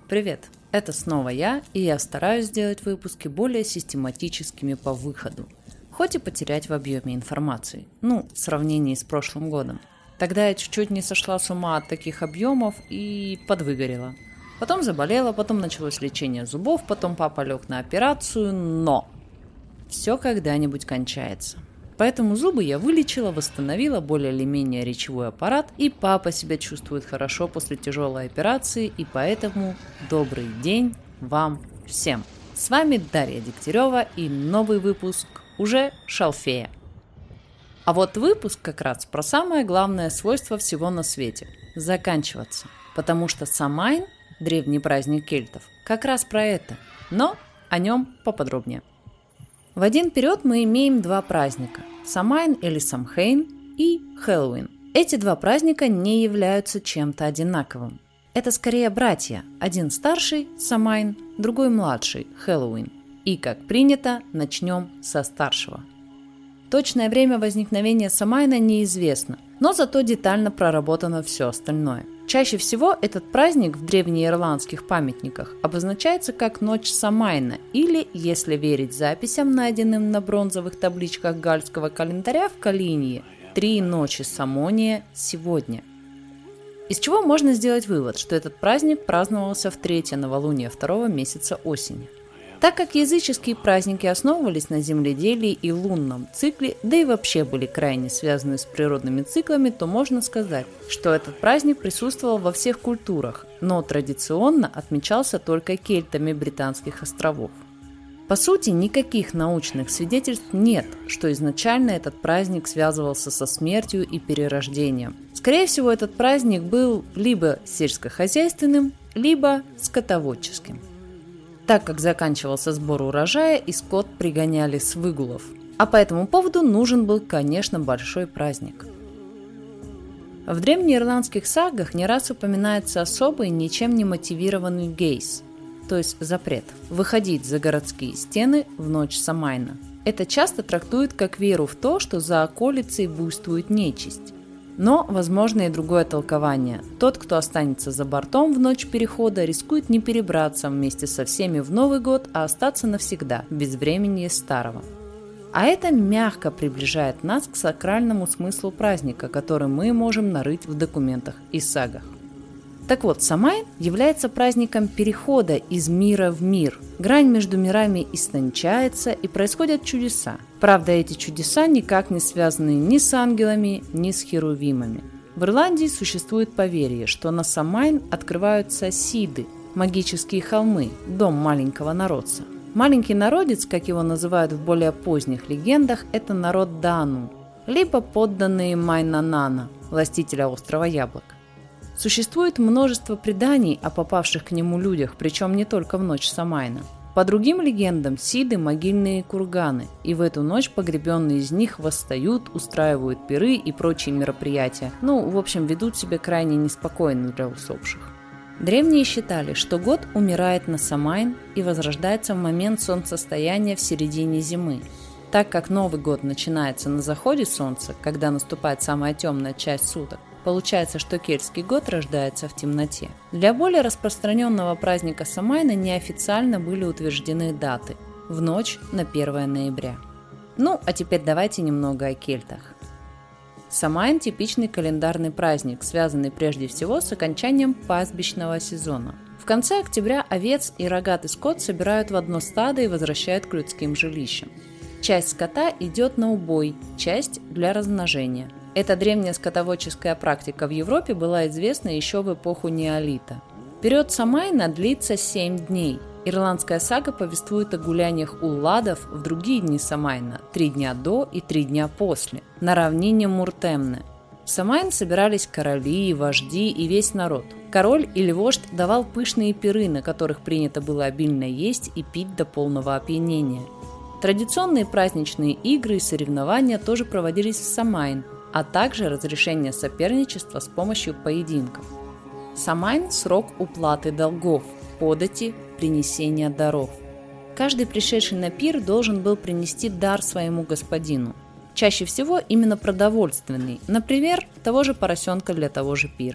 Привет! Это снова я, и я стараюсь сделать выпуски более систематическими по выходу, хоть и потерять в объеме информации, в сравнении с прошлым годом. Тогда я чуть-чуть не сошла с ума от таких объемов и подвыгорела. Потом заболела, потом началось лечение зубов, потом папа лег на операцию, но все когда-нибудь кончается. Поэтому зубы я вылечила, восстановила более или менее речевой аппарат, и папа себя чувствует хорошо после тяжелой операции, и поэтому добрый день вам всем. С вами Дарья Дегтярева и новый выпуск уже Шалфея. А вот выпуск как раз про самое главное свойство всего на свете – заканчиваться. Потому что Самайн, древний праздник кельтов, как раз про это, но о нем поподробнее. В один период мы имеем два праздника – Самайн или Самхейн и Хэллоуин. Эти два праздника не являются чем-то одинаковым. Это скорее братья, один старший – Самайн, другой младший – Хэллоуин. И, как принято, начнем со старшего. Точное время возникновения Самайна неизвестно, но зато детально проработано все остальное. Чаще всего этот праздник в древнеирландских памятниках обозначается как Ночь Самайна или, если верить записям, найденным на бронзовых табличках гальского календаря в Калинье, 3 ночи Самония сегодня. Из чего можно сделать вывод, что этот праздник праздновался в третье новолуние второго месяца осени. Так как языческие праздники основывались на земледелии и лунном цикле, да и вообще были крайне связаны с природными циклами, то можно сказать, что этот праздник присутствовал во всех культурах, но традиционно отмечался только кельтами Британских островов. По сути, никаких научных свидетельств нет, что изначально этот праздник связывался со смертью и перерождением. Скорее всего, этот праздник был либо сельскохозяйственным, либо скотоводческим, так как заканчивался сбор урожая и скот пригоняли с выгулов. А по этому поводу нужен был, конечно, большой праздник. В древнеирландских сагах не раз упоминается особый, ничем не мотивированный гейс, то есть запрет, выходить за городские стены в ночь Самайна. Это часто трактуют как веру в то, что за околицей буйствует нечисть. Но возможно и другое толкование. Тот, кто останется за бортом в ночь перехода, рискует не перебраться вместе со всеми в Новый год, а остаться навсегда, в безвременье старого. А это мягко приближает нас к сакральному смыслу праздника, который мы можем нарыть в документах и сагах. Так вот, Самайн является праздником перехода из мира в мир. Грань между мирами истончается и происходят чудеса. Правда, эти чудеса никак не связаны ни с ангелами, ни с херувимами. В Ирландии существует поверье, что на Самайн открываются сиды, магические холмы, дом маленького народца. Маленький народец, как его называют в более поздних легендах, это народ Дану, либо подданные Майнанана, властителя острова Яблок. Существует множество преданий о попавших к нему людях, причем не только в ночь Самайна. По другим легендам, сиды – могильные курганы, и в эту ночь погребенные из них восстают, устраивают пиры и прочие мероприятия. Ведут себя крайне неспокойно для усопших. Древние считали, что год умирает на Самайн и возрождается в момент солнцестояния в середине зимы. Так как Новый год начинается на заходе солнца, когда наступает самая темная часть суток, получается, что кельтский год рождается в темноте. Для более распространенного праздника Самайна неофициально были утверждены даты – в ночь на 1 ноября. А теперь давайте немного о кельтах. Самайн – типичный календарный праздник, связанный прежде всего с окончанием пастбищного сезона. В конце октября овец и рогатый скот собирают в одно стадо и возвращают к людским жилищам. Часть скота идет на убой, часть – для размножения. Эта древняя скотоводческая практика в Европе была известна еще в эпоху неолита. Период Самайна длится 7 дней. Ирландская сага повествует о гуляниях улладов в другие дни Самайна – 3 дня до и 3 дня после, на равнине Муртемне. В Самайн собирались короли, вожди и весь народ. Король или вождь давал пышные пиры, на которых принято было обильно есть и пить до полного опьянения. Традиционные праздничные игры и соревнования тоже проводились в Самайн, а также разрешение соперничества с помощью поединков. Самайн – срок уплаты долгов, подати, принесения даров. Каждый пришедший на пир должен был принести дар своему господину. Чаще всего именно продовольственный, например, того же поросенка для того же пира.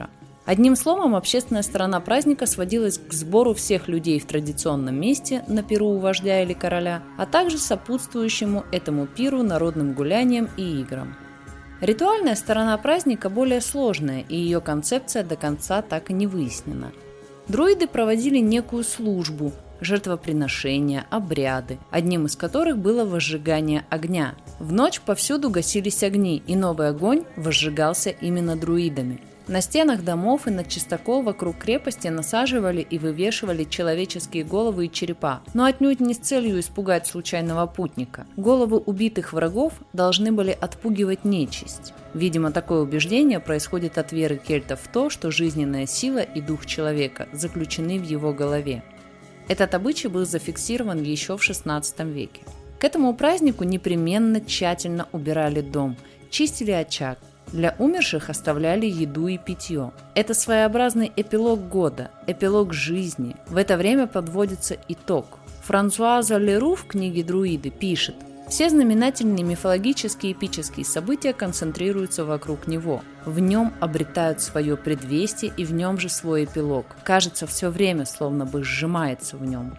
Одним словом, общественная сторона праздника сводилась к сбору всех людей в традиционном месте на пиру у вождя или короля, а также сопутствующему этому пиру народным гуляниям и играм. Ритуальная сторона праздника более сложная, и ее концепция до конца так и не выяснена. Друиды проводили некую службу, жертвоприношения, обряды, одним из которых было возжигание огня. В ночь повсюду гасились огни, и новый огонь возжигался именно друидами. На стенах домов и на чистокол вокруг крепости насаживали и вывешивали человеческие головы и черепа, но отнюдь не с целью испугать случайного путника. Головы убитых врагов должны были отпугивать нечисть. Видимо, такое убеждение происходит от веры кельтов в то, что жизненная сила и дух человека заключены в его голове. Этот обычай был зафиксирован еще в XVI веке. К этому празднику непременно тщательно убирали дом, чистили очаг. Для умерших оставляли еду и питье. Это своеобразный эпилог года, эпилог жизни. В это время подводится итог. Франсуаза Леру в книге «Друиды» пишет: «Все знаменательные мифологические эпические события концентрируются вокруг него. В нем обретают свое предвестие и в нем же свой эпилог. Кажется, все время словно бы сжимается в нем».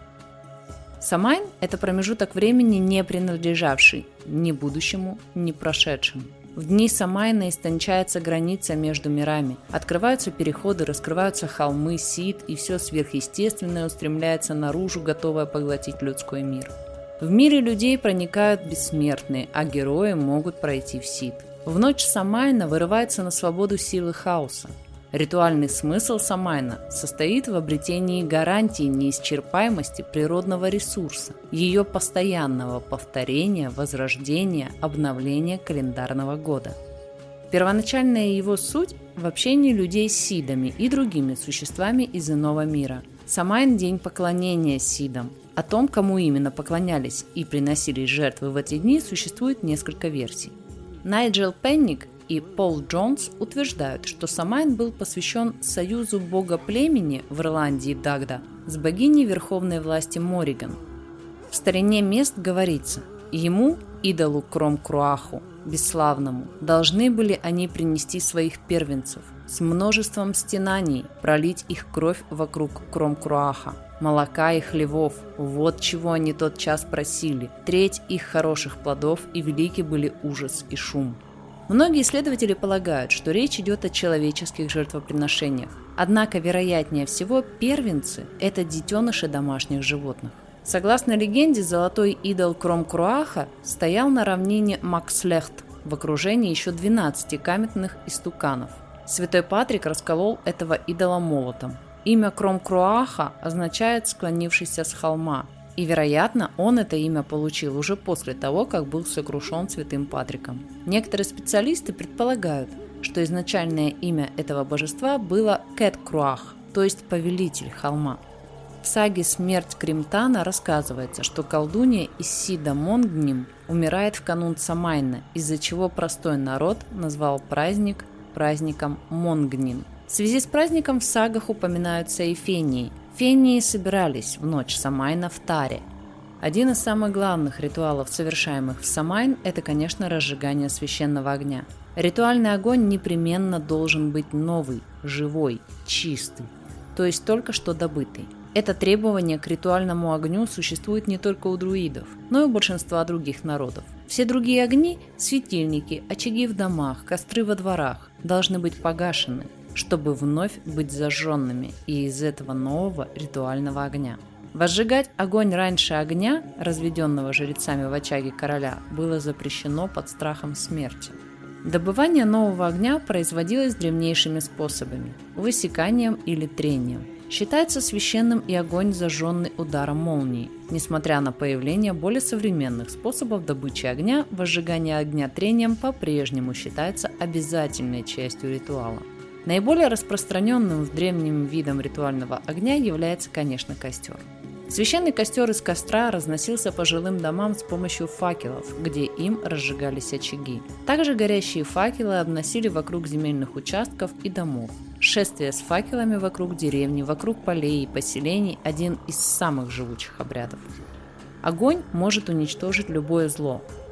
Самайн – это промежуток времени, не принадлежавший ни будущему, ни прошедшему. В дни Самайна истончается граница между мирами, открываются переходы, раскрываются холмы, Сид, и все сверхъестественное устремляется наружу, готовое поглотить людской мир. В мире людей проникают бессмертные, а герои могут пройти в Сид. В ночь Самайна вырывается на свободу силы хаоса. Ритуальный смысл Самайна состоит в обретении гарантии неисчерпаемости природного ресурса, ее постоянного повторения, возрождения, обновления календарного года. Первоначальная его суть в общении людей с Сидами и другими существами из иного мира. Самайн – день поклонения Сидам. О том, кому именно поклонялись и приносились жертвы в эти дни, существует несколько версий. Найджел Пенник и Пол Джонс утверждают, что Самайн был посвящен союзу бога племени в Ирландии Дагда с богиней верховной власти Морриган. В старине мест говорится: ему, идолу Кром-Круаху, бесславному, должны были они принести своих первенцев, с множеством стенаний пролить их кровь вокруг Кром-Круаха, молока и хлевов, вот чего они тот час просили, треть их хороших плодов, и велики были ужас и шум. Многие исследователи полагают, что речь идет о человеческих жертвоприношениях. Однако, вероятнее всего, первенцы – это детеныши домашних животных. Согласно легенде, золотой идол Кром-Круаха стоял на равнине Макслехт в окружении еще 12 каменных истуканов. Святой Патрик расколол этого идола молотом. Имя Кром-Круаха означает «склонившийся с холма», и, вероятно, он это имя получил уже после того, как был сокрушен святым Патриком. Некоторые специалисты предполагают, что изначальное имя этого божества было Кэт-Круах, то есть повелитель холма. В саге «Смерть Кримтана» рассказывается, что колдунья из Сида Монгним умирает в канун Самайна, из-за чего простой народ назвал праздник праздником Монгнин. В связи с праздником в сагах упоминаются и фении. Фении собирались в ночь Самайна в Таре. Один из самых главных ритуалов, совершаемых в Самайн, это, конечно, разжигание священного огня. Ритуальный огонь непременно должен быть новый, живой, чистый, то есть только что добытый. Это требование к ритуальному огню существует не только у друидов, но и у большинства других народов. Все другие огни – светильники, очаги в домах, костры во дворах – должны быть погашены, чтобы вновь быть зажженными и из этого нового ритуального огня. Возжигать огонь раньше огня, разведенного жрецами в очаге короля, было запрещено под страхом смерти. Добывание нового огня производилось древнейшими способами – высеканием или трением. Считается священным и огонь, зажженный ударом молнии. Несмотря на появление более современных способов добычи огня, возжигание огня трением по-прежнему считается обязательной частью ритуала. Наиболее распространенным в древнем видом ритуального огня является, конечно, костер. Священный костер из костра разносился по жилым домам с помощью факелов, где им разжигались очаги. Также горящие факелы обносили вокруг земельных участков и домов. Шествие с факелами вокруг деревни, вокруг полей и поселений – один из самых живучих обрядов. Огонь может уничтожить любое зло.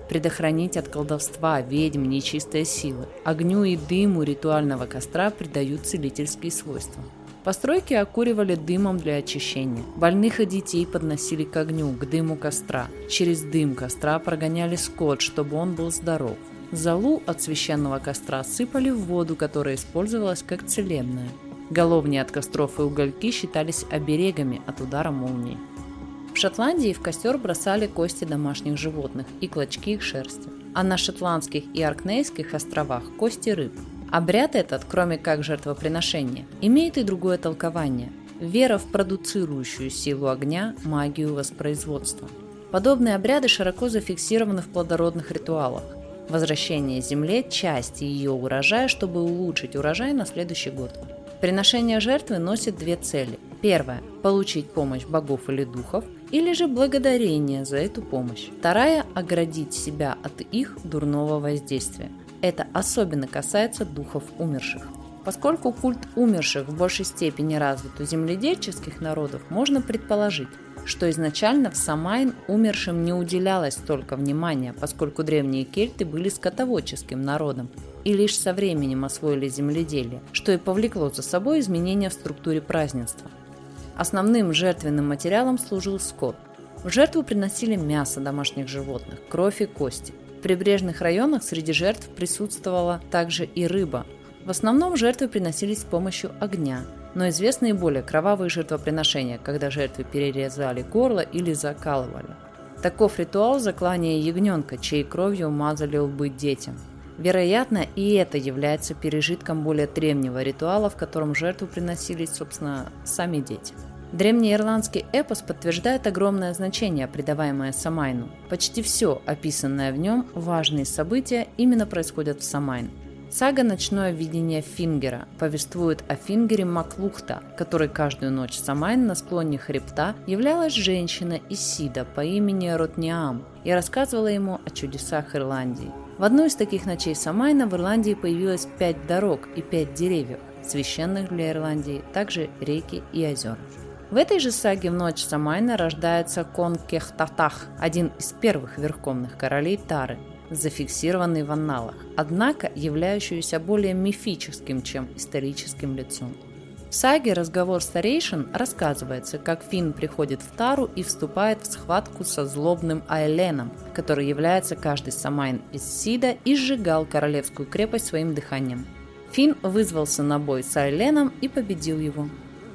предохранить от колдовства, ведьм, нечистой силы. Огню и дыму ритуального костра придают целительские свойства. Постройки окуривали дымом для очищения. Больных и детей подносили к огню, к дыму костра. Через дым костра прогоняли скот, чтобы он был здоров. Золу от священного костра сыпали в воду, которая использовалась как целебная. Головни от костров и угольки считались оберегами от удара молнии. В Шотландии в костер бросали кости домашних животных и клочки их шерсти, а на Шотландских и Оркнейских островах – кости рыб. Обряд этот, кроме как жертвоприношения, имеет и другое толкование – вера в продуцирующую силу огня, магию воспроизводства. Подобные обряды широко зафиксированы в плодородных ритуалах. Возвращение земле части ее урожая, чтобы улучшить урожай на следующий год. Приношение жертвы носит две цели. Первая – получить помощь богов или духов, или же благодарение за эту помощь. Вторая – оградить себя от их дурного воздействия. Это особенно касается духов умерших. Поскольку культ умерших в большей степени развит у земледельческих народов, можно предположить, что изначально в Самайн умершим не уделялось столько внимания, поскольку древние кельты были скотоводческим народом и лишь со временем освоили земледелие, что и повлекло за собой изменения в структуре празднества. Основным жертвенным материалом служил скот. В жертву приносили мясо домашних животных, кровь и кости. В прибрежных районах среди жертв присутствовала также и рыба. В основном жертвы приносились с помощью огня, но известны и более кровавые жертвоприношения, когда жертвы перерезали горло или закалывали. Таков ритуал заклания ягненка, чьей кровью мазали лбы детям. Вероятно, и это является пережитком более древнего ритуала, в котором в жертву приносились, собственно, сами дети. Древний ирландский эпос подтверждает огромное значение, придаваемое Самайну. Почти все, описанное в нем, важные события, именно происходят в Самайн. Сага «Ночное видение Фингера» повествует о Фингере Маклухта, который каждую ночь в Самайн на склоне хребта являлась женщина из Сида по имени Ротниам и рассказывала ему о чудесах Ирландии. В одну из таких ночей Самайна в Ирландии появилось 5 дорог и 5 деревьев, священных для Ирландии, также реки и озера. В этой же саге в ночь Самайна рождается Конкехтатах, один из первых верховных королей Тары, зафиксированный в анналах, однако являющийся более мифическим, чем историческим лицом. В саге «Разговор старейшин» рассказывается, как Финн приходит в Тару и вступает в схватку со злобным Айленом, который является каждый Самайн из Сида и сжигал королевскую крепость своим дыханием. Финн вызвался на бой с Айленом и победил его.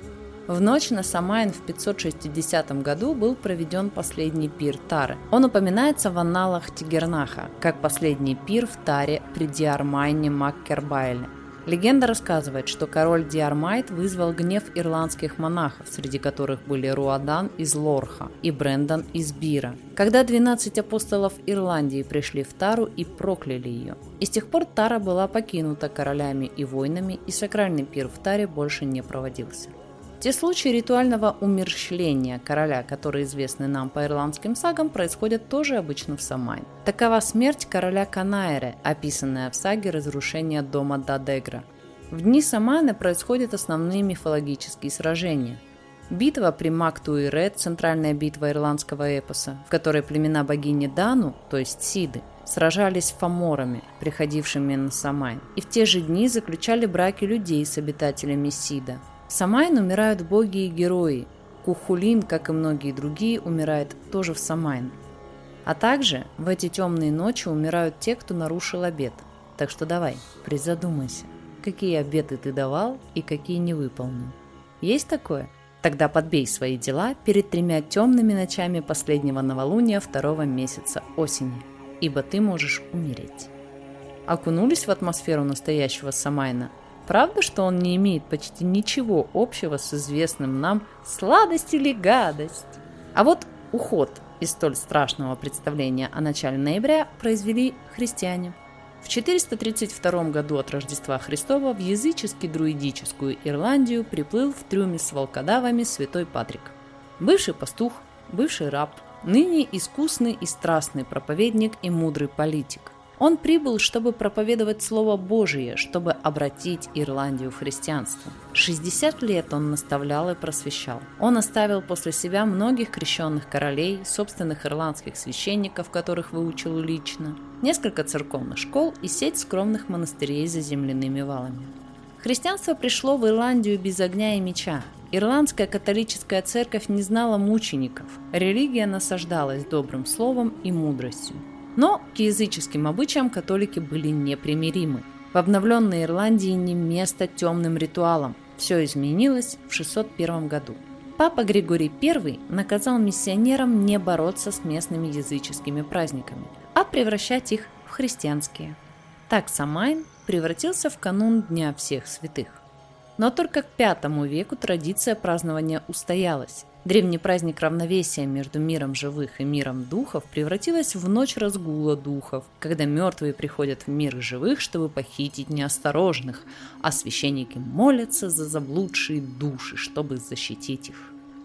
В ночь на Самайн в 560 году был проведен последний пир Тары. Он упоминается в анналах Тигернаха, как последний пир в Таре при Диармайне Маккербайле. Легенда рассказывает, что король Диармайт вызвал гнев ирландских монахов, среди которых были Руадан из Лорха и Брендан из Бира, когда 12 апостолов Ирландии пришли в Тару и прокляли ее. И с тех пор Тара была покинута королями и воинами, и сакральный пир в Таре больше не проводился. Те случаи ритуального умерщвления короля, которые известны нам по ирландским сагам, происходят тоже обычно в Самайн. Такова смерть короля Канаэре, описанная в саге «Разрушение дома Дадегра». В дни Самайна происходят основные мифологические сражения. Битва при Мактуирет, центральная битва ирландского эпоса, в которой племена богини Дану, то есть Сиды, сражались с фаморами, приходившими на Самайн, и в те же дни заключали браки людей с обитателями Сида. В Самайн умирают боги и герои. Кухулин, как и многие другие, умирает тоже в Самайн. А также в эти темные ночи умирают те, кто нарушил обет. Так что давай, призадумайся, какие обеты ты давал и какие не выполнил. Есть такое? Тогда подбей свои дела перед 3 темными ночами последнего новолуния 2 месяца осени, ибо ты можешь умереть. Окунулись в атмосферу настоящего Самайна? Правда, что он не имеет почти ничего общего с известным нам «сладость или гадость»? А вот уход из столь страшного представления о начале ноября произвели христиане. В 432 году от Рождества Христова в язычески-друидическую Ирландию приплыл в трюме с волкодавами святой Патрик. Бывший пастух, бывший раб, ныне искусный и страстный проповедник и мудрый политик. Он прибыл, чтобы проповедовать Слово Божие, чтобы обратить Ирландию в христианство. 60 лет он наставлял и просвещал. Он оставил после себя многих крещенных королей, собственных ирландских священников, которых выучил лично, несколько церковных школ и сеть скромных монастырей за земляными валами. Христианство пришло в Ирландию без огня и меча. Ирландская католическая церковь не знала мучеников. Религия насаждалась добрым словом и мудростью. Но к языческим обычаям католики были непримиримы. В обновленной Ирландии не место темным ритуалам. Все изменилось в 601 году. Папа Григорий I наказал миссионерам не бороться с местными языческими праздниками, а превращать их в христианские. Так Самайн превратился в канун Дня всех святых. Но только к V веку традиция празднования устоялась. Древний праздник равновесия между миром живых и миром духов превратилась в ночь разгула духов, когда мертвые приходят в мир живых, чтобы похитить неосторожных, а священники молятся за заблудшие души, чтобы защитить их.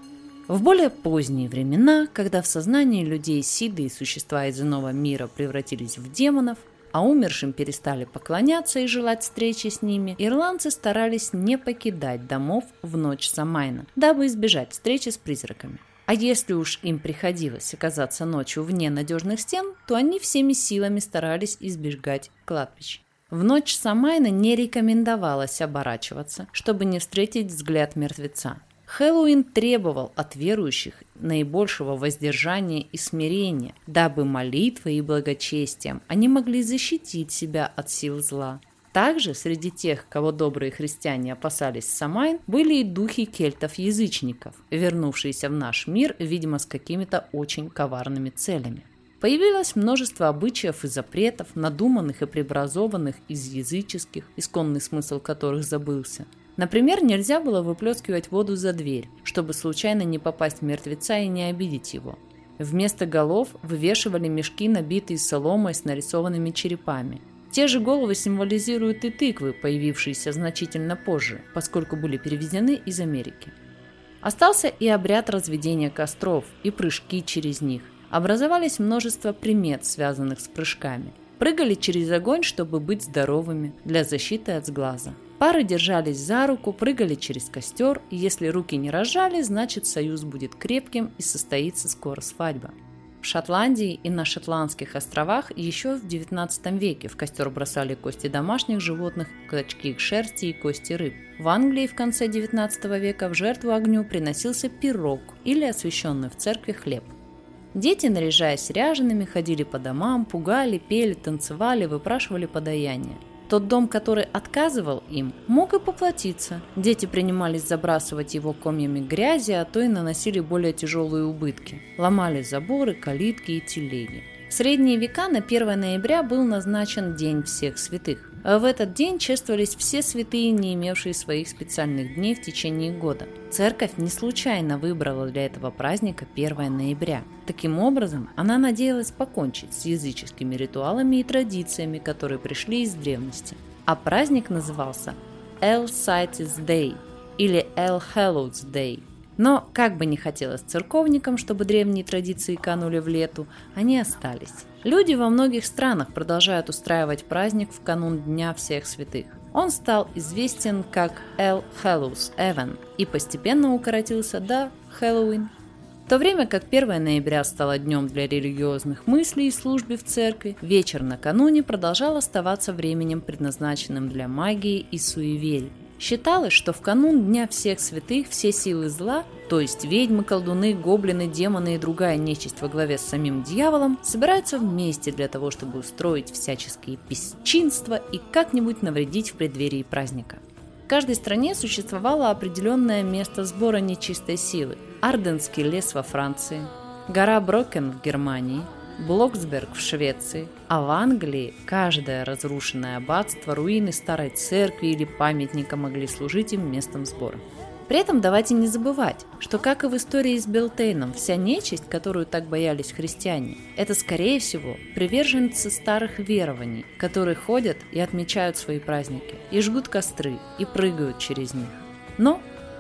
В более поздние времена, когда в сознании людей сиды и существа из иного мира превратились в демонов, а умершим перестали поклоняться и желать встречи с ними, ирландцы старались не покидать домов в ночь Самайна, дабы избежать встречи с призраками. А если уж им приходилось оказаться ночью вне надежных стен, то они всеми силами старались избегать кладбищ. В ночь Самайна не рекомендовалось оборачиваться, чтобы не встретить взгляд мертвеца. Хэллоуин требовал от верующих наибольшего воздержания и смирения, дабы молитвой и благочестием они могли защитить себя от сил зла. Также среди тех, кого добрые христиане опасались Самайн, были и духи кельтов-язычников, вернувшиеся в наш мир, видимо, с какими-то очень коварными целями. Появилось множество обычаев и запретов, надуманных и преобразованных из языческих, исконный смысл которых забылся. Например, нельзя было выплескивать воду за дверь, чтобы случайно не попасть в мертвеца и не обидеть его. Вместо голов вывешивали мешки, набитые соломой с нарисованными черепами. Те же головы символизируют и тыквы, появившиеся значительно позже, поскольку были перевезены из Америки. Остался и обряд разведения костров и прыжки через них. Образовались множество примет, связанных с прыжками. Прыгали через огонь, чтобы быть здоровыми, для защиты от сглаза. Пары держались за руку, прыгали через костер, и если руки не разжали, значит союз будет крепким и состоится скоро свадьба. В Шотландии и на Шотландских островах еще в XIX веке в костер бросали кости домашних животных, клочки шерсти и кости рыб. В Англии в конце XIX века в жертву огню приносился пирог или освященный в церкви хлеб. Дети, наряжаясь ряжеными, ходили по домам, пугали, пели, танцевали, выпрашивали подаяние. Тот дом, который отказывал им, мог и поплатиться. Дети принимались забрасывать его комьями грязи, а то и наносили более тяжелые убытки. Ломали заборы, калитки и телеги. В средние века на 1 ноября был назначен День всех святых. В этот день чествовались все святые, не имевшие своих специальных дней в течение года. Церковь не случайно выбрала для этого праздника 1 ноября. Таким образом, она надеялась покончить с языческими ритуалами и традициями, которые пришли из древности. А праздник назывался All Saints' Day или All Hallows Day. Но, как бы ни хотелось церковникам, чтобы древние традиции канули в лету, они остались. Люди во многих странах продолжают устраивать праздник в канун Дня всех святых. Он стал известен как All Hallows Eve и постепенно укоротился до Хэллоуин. В то время как 1 ноября стало днем для религиозных мыслей и службы в церкви, вечер накануне продолжал оставаться временем, предназначенным для магии и суеверий. Считалось, что в канун Дня всех святых все силы зла, то есть ведьмы, колдуны, гоблины, демоны и другая нечисть во главе с самим дьяволом, собираются вместе для того, чтобы устроить всяческие бесчинства и как-нибудь навредить в преддверии праздника. В каждой стране существовало определенное место сбора нечистой силы. Арденский лес во Франции, гора Брокен в Германии, Блоксберг в Швеции, а в Англии каждое разрушенное аббатство, руины старой церкви или памятника могли служить им местом сбора. При этом давайте не забывать, что, как и в истории с Белтейном, вся нечисть, которую так боялись христиане, это, скорее всего, приверженцы старых верований, которые ходят и отмечают свои праздники, и жгут костры, и прыгают через них. Но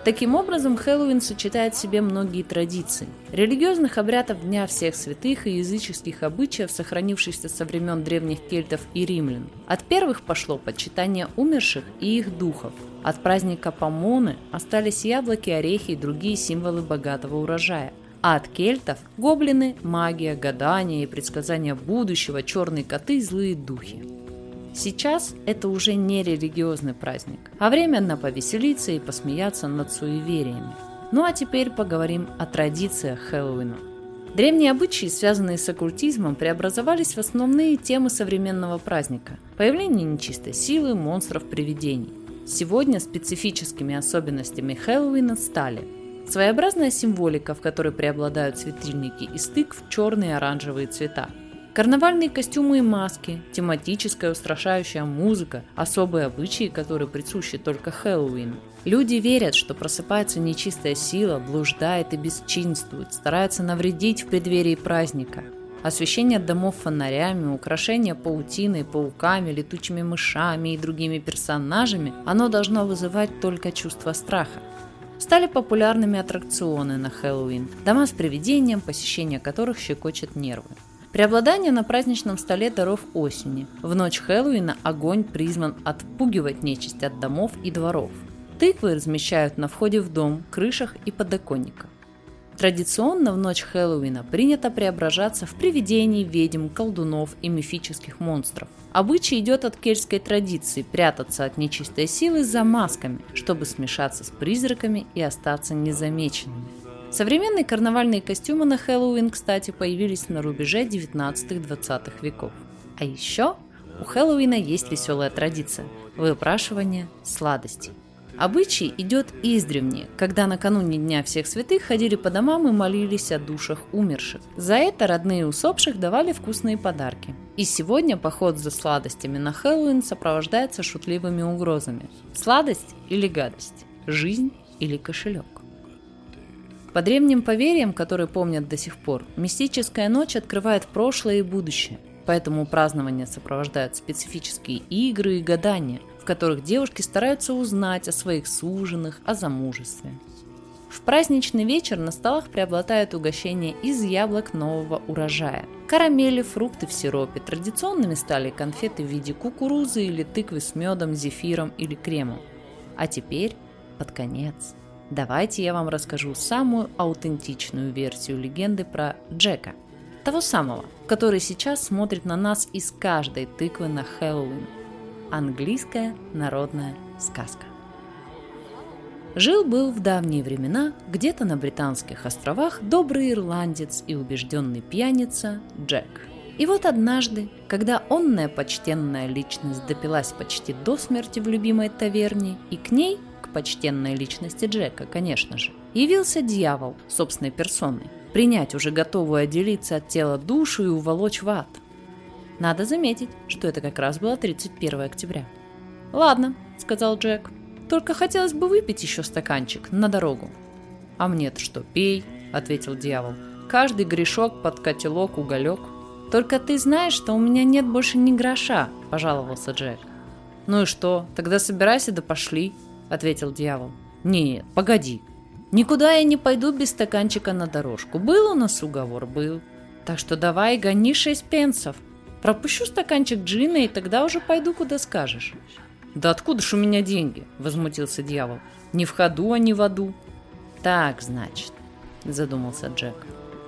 Таким образом, Хэллоуин сочетает в себе многие традиции. Религиозных обрядов Дня всех святых и языческих обычаев, сохранившихся со времен древних кельтов и римлян. От первых пошло почитание умерших и их духов. От праздника Помоны остались яблоки, орехи и другие символы богатого урожая. А от кельтов – гоблины, магия, гадания и предсказания будущего, черные коты и злые духи. Сейчас это уже не религиозный праздник, а временно повеселиться и посмеяться над суевериями. Ну а теперь поговорим о традициях Хэллоуина. Древние обычаи, связанные с оккультизмом, преобразовались в основные темы современного праздника – появление нечистой силы, монстров, привидений. Сегодня специфическими особенностями Хэллоуина стали своеобразная символика, в которой преобладают светильники из тыкв, черные и оранжевые цвета, карнавальные костюмы и маски, тематическая устрашающая музыка, особые обычаи, которые присущи только Хэллоуину. Люди верят, что просыпается нечистая сила, блуждает и бесчинствует, старается навредить в преддверии праздника. Освещение домов фонарями, украшение паутиной, пауками, летучими мышами и другими персонажами, оно должно вызывать только чувство страха. Стали популярными аттракционы на Хэллоуин, дома с привидением, посещение которых щекочет нервы. Преобладание на праздничном столе даров осени. В ночь Хэллоуина огонь призван отпугивать нечисть от домов и дворов. Тыквы размещают на входе в дом, крышах и подоконниках. Традиционно в ночь Хэллоуина принято преображаться в привидений, ведьм, колдунов и мифических монстров. Обычай идет от кельтской традиции прятаться от нечистой силы за масками, чтобы смешаться с призраками и остаться незамеченными. Современные карнавальные костюмы на Хэллоуин, кстати, появились на рубеже 19-20 веков. А еще у Хэллоуина есть веселая традиция – выпрашивание сладостей. Обычай идет издревле, когда накануне Дня всех святых ходили по домам и молились о душах умерших. За это родные усопших давали вкусные подарки. И сегодня поход за сладостями на Хэллоуин сопровождается шутливыми угрозами. Сладость или гадость? Жизнь или кошелек? По древним поверьям, которые помнят до сих пор, мистическая ночь открывает прошлое и будущее, поэтому празднование сопровождают специфические игры и гадания, в которых девушки стараются узнать о своих суженых, о замужестве. В праздничный вечер на столах преобладают угощения из яблок нового урожая. Карамели, фрукты в сиропе. Традиционными стали конфеты в виде кукурузы или тыквы с медом, зефиром или кремом. А теперь, под конец, давайте я вам расскажу самую аутентичную версию легенды про Джека. Того самого, который сейчас смотрит на нас из каждой тыквы на Хэллоуин. Английская народная сказка. Жил-был в давние времена, где-то на Британских островах, добрый ирландец и убежденный пьяница Джек. И вот однажды, когда онная почтенная личность допилась почти до смерти в любимой таверне, и к ней, к почтенной личности Джека, конечно же, явился дьявол собственной персоной, принять уже готовую отделиться от тела душу и уволочь в ад. Надо заметить, что это как раз было 31 октября. «Ладно», — сказал Джек, — «только хотелось бы выпить еще стаканчик на дорогу». «А мне-то что, пей», — ответил дьявол. «Каждый грешок под котелок, уголек». «Только ты знаешь, что у меня нет больше ни гроша», — пожаловался Джек. «Ну и что, тогда собирайся да пошли», — ответил дьявол. «Нет, погоди. Никуда я не пойду без стаканчика на дорожку. Был у нас уговор? Был. Так что давай гони 6 пенсов. Пропущу стаканчик джина, и тогда уже пойду, куда скажешь». «Да откуда ж у меня деньги?» – возмутился дьявол. «Не в ходу, а не в аду». «Так, значит», – задумался Джек.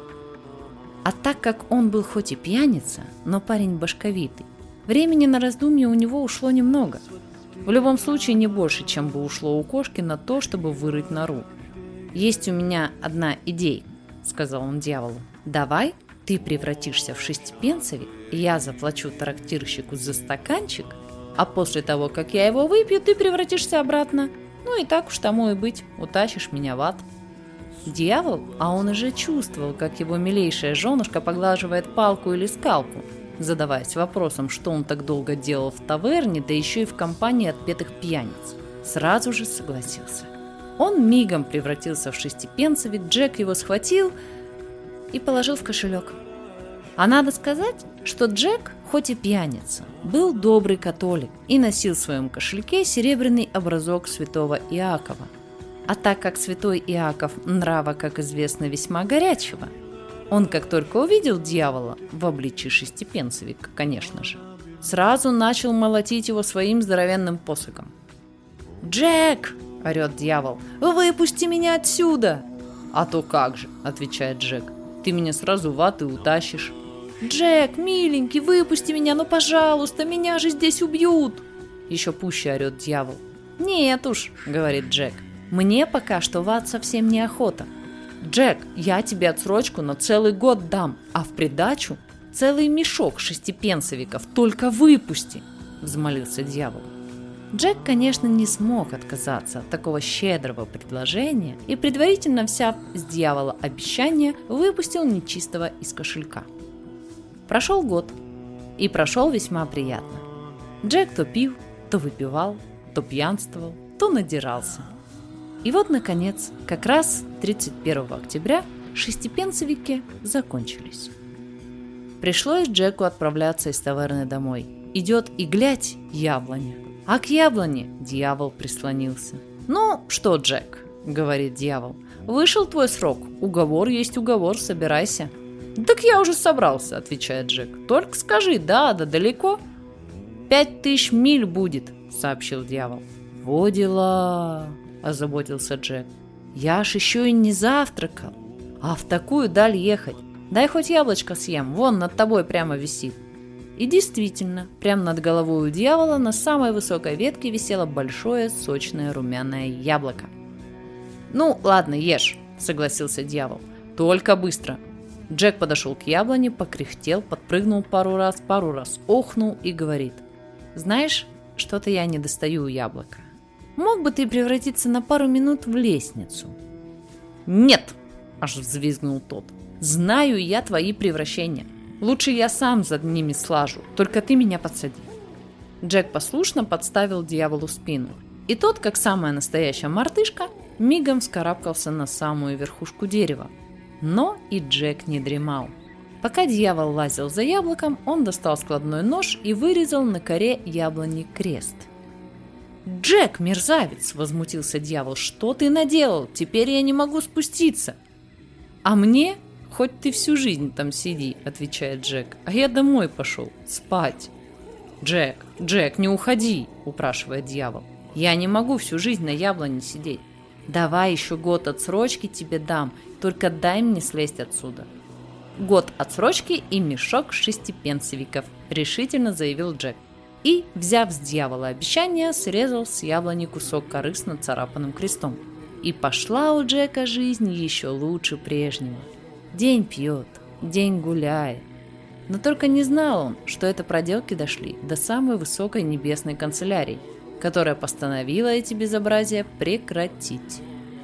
А так как он был хоть и пьяница, но парень башковитый, времени на раздумье у него ушло немного. В любом случае не больше, чем бы ушло у кошки на то, чтобы вырыть нору. «Есть у меня одна идея», – сказал он дьяволу. «Давай ты превратишься в шестипенсовик, я заплачу трактирщику за стаканчик, а после того, как я его выпью, ты превратишься обратно. Ну и так уж тому и быть, утащишь меня в ад». Дьявол, а он уже чувствовал, как его милейшая женушка поглаживает палку или скалку, задаваясь вопросом, что он так долго делал в таверне, да еще и в компании отпетых пьяниц. Сразу же согласился. Он мигом превратился в шестипенсовик, Джек его схватил и положил в кошелек. А надо сказать, что Джек, хоть и пьяница, был добрый католик и носил в своем кошельке серебряный образок святого Иакова. А так как святой Иаков нрава, как известно, весьма горячего, он, как только увидел дьявола, в обличии шестипенцевика, конечно же, сразу начал молотить его своим здоровенным посохом. «Джек!» – орет дьявол. «Выпусти меня отсюда!» «А то как же!» – отвечает Джек. «Ты меня сразу в ад и утащишь!» «Джек, миленький, выпусти меня, ну пожалуйста, меня же здесь убьют!» Еще пуще орет дьявол. «Нет уж!» – говорит Джек. «Мне пока что в ад совсем неохота. Джек, я тебе отсрочку на целый год дам, а в придачу целый мешок шестипенцевиков, только выпусти!» – взмолился дьявол. Джек, конечно, не смог отказаться от такого щедрого предложения и, предварительно взяв с дьявола обещание, выпустил нечистого из кошелька. Прошел год, и прошел весьма приятно. Джек то пил, то выпивал, то пьянствовал, то надирался. И вот, наконец, как раз 31 октября шестипенцевики закончились. Пришлось Джеку отправляться из таверны домой. Идет и глядь яблоня. А к яблоне дьявол прислонился. «Ну что, Джек, — говорит дьявол, — вышел твой срок, уговор есть уговор, собирайся». «Так я уже собрался, — отвечает Джек, — только скажи, да далеко?» 5000 миль будет, — сообщил дьявол. «Во дела, — озаботился Джек, — я ж еще и не завтракал, а в такую даль ехать, дай хоть яблочко съем, вон над тобой прямо висит». И действительно, прямо над головой у дьявола на самой высокой ветке висело большое, сочное, румяное яблоко. «Ну, ладно, ешь», — согласился дьявол, — «только быстро». Джек подошел к яблоне, покряхтел, подпрыгнул пару раз охнул и говорит: «Знаешь, что-то я не достаю яблока. Мог бы ты превратиться на пару минут в лестницу?» «Нет!» – аж взвизгнул тот. «Знаю я твои превращения. Лучше я сам за ними слажу, только ты меня подсади». Джек послушно подставил дьяволу спину, и тот, как самая настоящая мартышка, мигом вскарабкался на самую верхушку дерева. Но и Джек не дремал. Пока дьявол лазил за яблоком, он достал складной нож и вырезал на коре яблони крест. «Джек, мерзавец!» – возмутился дьявол. «Что ты наделал? Теперь я не могу спуститься!» «А мне? Хоть ты всю жизнь там сиди!» – отвечает Джек. «А я домой пошел, спать!» Джек, не уходи!» – упрашивает дьявол. «Я не могу всю жизнь на яблоне сидеть. Давай еще год отсрочки тебе дам, только дай мне слезть отсюда». «Год отсрочки и мешок шестипенцевиков», – решительно заявил Джек. И, взяв с дьявола обещание, срезал с яблони кусок коры с нацарапанным крестом. И пошла у Джека жизнь еще лучше прежнего. День пьет, день гуляет. Но только не знал он, что это проделки дошли до самой высокой небесной канцелярии, которая постановила эти безобразия прекратить.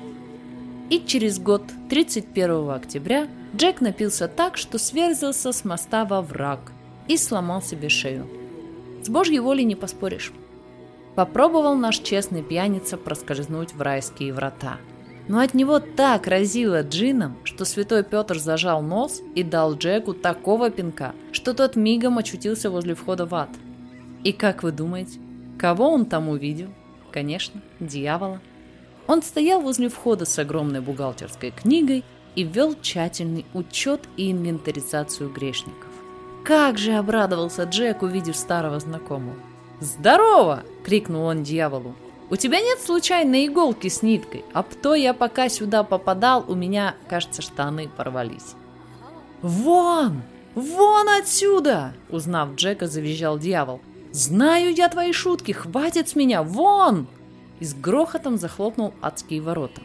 И через год, 31 октября, Джек напился так, что сверзился с моста во враг и сломал себе шею. С Божьей волей не поспоришь. Попробовал наш честный пьяница проскользнуть в райские врата. Но от него так разило джином, что святой Петр зажал нос и дал Джеку такого пинка, что тот мигом очутился возле входа в ад. И как вы думаете, кого он там увидел? Конечно, дьявола. Он стоял возле входа с огромной бухгалтерской книгой и вел тщательный учет и инвентаризацию грешников. Как же обрадовался Джек, увидев старого знакомого. «Здорово!» – крикнул он дьяволу. «У тебя нет случайно иголки с ниткой? А то я пока сюда попадал, у меня, кажется, штаны порвались». «Вон! Вон отсюда!» – узнав Джека, завизжал дьявол. «Знаю я твои шутки, хватит с меня, вон!» И с грохотом захлопнул адские ворота.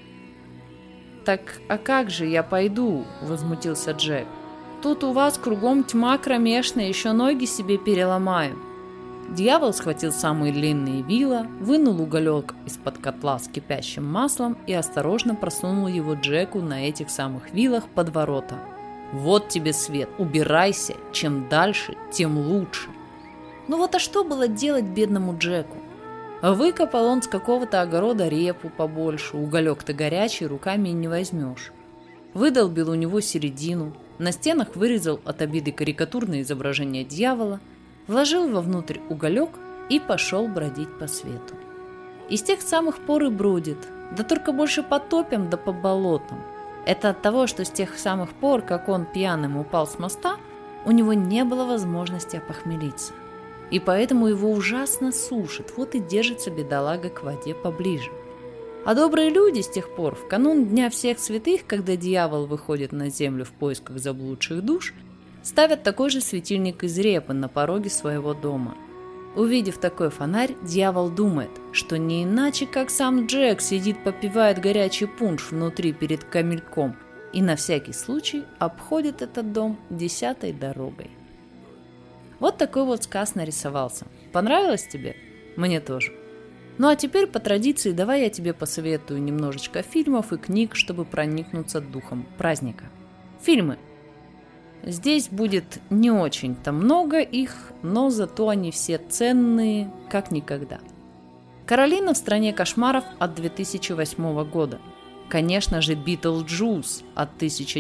«Так, а как же я пойду?» – возмутился Джек. «Тут у вас кругом тьма кромешная, еще ноги себе переломаю». Дьявол схватил самые длинные вила, вынул уголек из-под котла с кипящим маслом и осторожно просунул его Джеку на этих самых вилах под ворота. «Вот тебе свет, убирайся, чем дальше, тем лучше». Ну вот а что было делать бедному Джеку? Выкопал он с какого-то огорода репу побольше, уголек-то горячий, руками и не возьмешь. Выдолбил у него середину, на стенах вырезал от обиды карикатурное изображение дьявола, вложил вовнутрь уголек и пошел бродить по свету. И с тех самых пор и бродит, да только больше по топям да по болотам. Это от того, что с тех самых пор, как он пьяным упал с моста, у него не было возможности опохмелиться. И поэтому его ужасно сушит, вот и держится бедолага к воде поближе. А добрые люди с тех пор, в канун Дня всех святых, когда дьявол выходит на землю в поисках заблудших душ, ставят такой же светильник из репы на пороге своего дома. Увидев такой фонарь, дьявол думает, что не иначе, как сам Джек сидит, попивает горячий пунш внутри перед камельком и на всякий случай обходит этот дом 10-й дорогой. Вот такой вот сказ нарисовался. Понравилось тебе? Мне тоже. Ну а теперь по традиции давай я тебе посоветую немножечко фильмов и книг, чтобы проникнуться духом праздника. Фильмы. Здесь будет не очень-то много их, но зато они все ценные, как никогда. «Каролина в стране кошмаров» от 2008 года. Конечно же, «Битлджус» от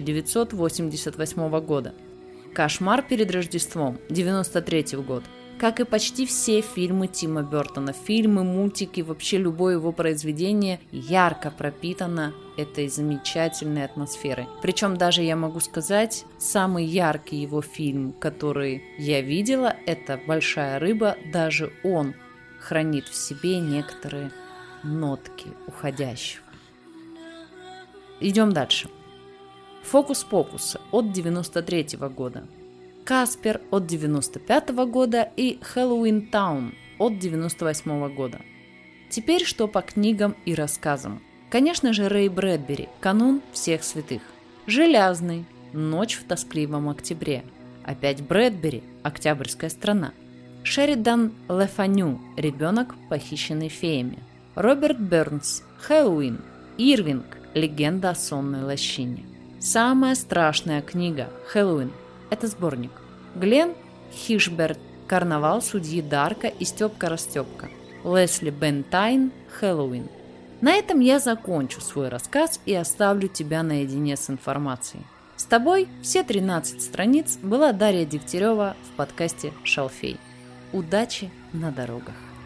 1988 года. «Кошмар перед Рождеством» 1993 год. Как и почти все фильмы Тима Бертона, фильмы, мультики, вообще любое его произведение ярко пропитано этой замечательной атмосферой. Причем даже я могу сказать, самый яркий его фильм, который я видела, это «Большая рыба», даже он хранит в себе некоторые нотки уходящего. Идем дальше. «Фокус-покусы» от 1993 года. «Каспер» от 1995 года и «Хэллоуин Таун» от 1998 года. Теперь что по книгам и рассказам. Конечно же, Рэй Брэдбери «Канун всех святых». «Железный» «Ночь в тоскливом октябре». Опять Брэдбери «Октябрьская страна». Шеридан Le Fanu «Ребенок, похищенный феями». Роберт Бернс «Хэллоуин». Ирвинг «Легенда о сонной лощине». Самая страшная книга «Хэллоуин». Это сборник. Глен Хишберт «Карнавал судьи Дарка» и «Степка-растепка». Лесли Бентайн «Хэллоуин». На этом я закончу свой рассказ и оставлю тебя наедине с информацией. С тобой все 13 страниц была Дарья Дегтярева в подкасте «Шалфей». Удачи на дорогах!